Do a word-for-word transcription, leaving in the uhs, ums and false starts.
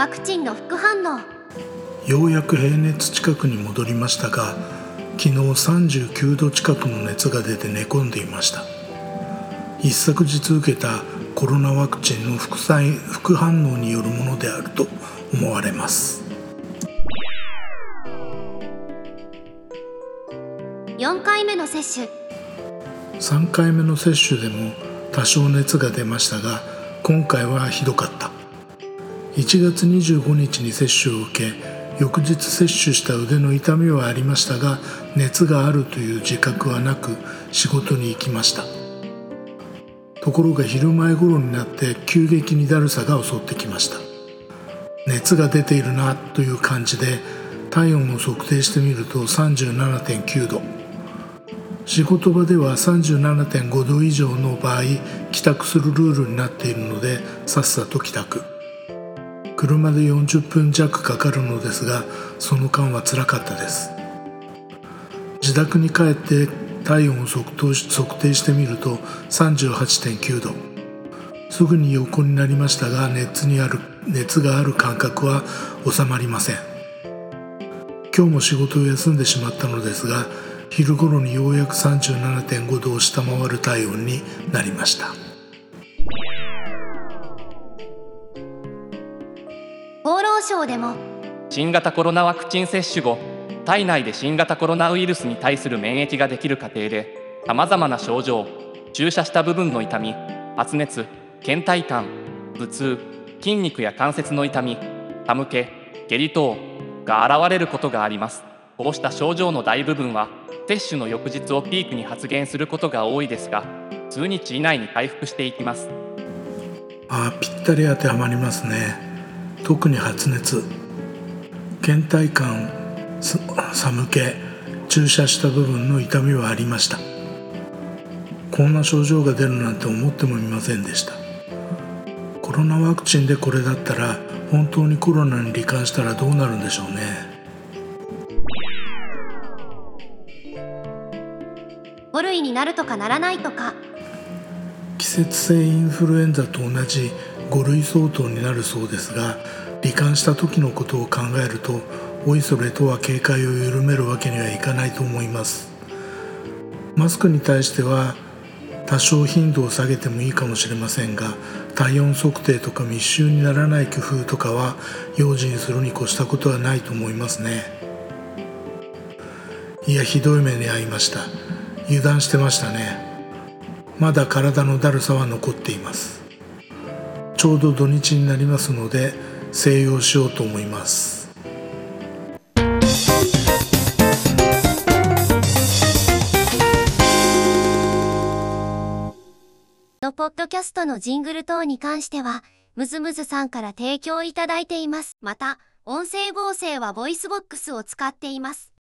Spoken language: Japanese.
ワクチンの副反応。 ようやく平熱近くに戻りましたが、昨日さんじゅうきゅうど近くの熱が出て寝込んでいました。一昨日受けたコロナワクチンの副作副反応によるものであると思われます。 よんかいめの接種。 さんかいめの接種でも多少熱が出ましたが、今回はひどかった。いちがつにじゅうごにちに接種を受け、翌日接種した腕の痛みはありましたが、熱があるという自覚はなく仕事に行きました。ところが昼前頃になって急激にだるさが襲ってきました。熱が出ているなという感じで体温を測定してみると さんじゅうななてんきゅうど。仕事場では さんじゅうななてんごど以上の場合帰宅するルールになっているので、さっさと帰宅。車でよんじゅっぷん弱かかるのですが、その間はつらかったです。自宅に帰って体温を測定してみると さんじゅうはちてんきゅうど。すぐに横になりましたが、熱にある熱がある感覚は収まりません。今日も仕事を休んでしまったのですが、昼頃にようやく さんじゅうななてんごどを下回る体温になりました。 厚労省でも新型コロナワクチン接種後、体内で新型コロナウイルスに対する免疫ができる過程で、さまざまな症状、注射した部分の痛み、発熱、倦怠感、頭痛、筋肉や関節の痛み、寒気、下痢等が現れることがあります。こうした症状の大部分は接種の翌日をピークに発現することが多いですが、数日以内に回復していきます。 ああ、ぴったり当てはまりますね。特に発熱、倦怠感、寒気、注射した部分の痛みはありました。こんな症状が出るなんて思ってもみませんでした。コロナワクチンでこれだったら、本当にコロナに罹患したらどうなるんでしょうね。 ごるいになるとかならないとか。 季節性インフルエンザと同じごるい相当になるそうですが、罹患した時のことを考えると、おいそれとは警戒を緩めるわけにはいかないと思います。マスクに対しては多少頻度を下げてもいいかもしれませんが、体温測定とか密集にならない工夫とかは用心するに越したことはないと思いますね。いや、ひどい目に遭いました。油断してましたね。まだ体のだるさは残っています。ちょうど土日になりますので静養しようと思います。 のポッドキャストのジングル等に関してはムズムズさんから提供いただいています。また音声合成はボイスボックスを使っています。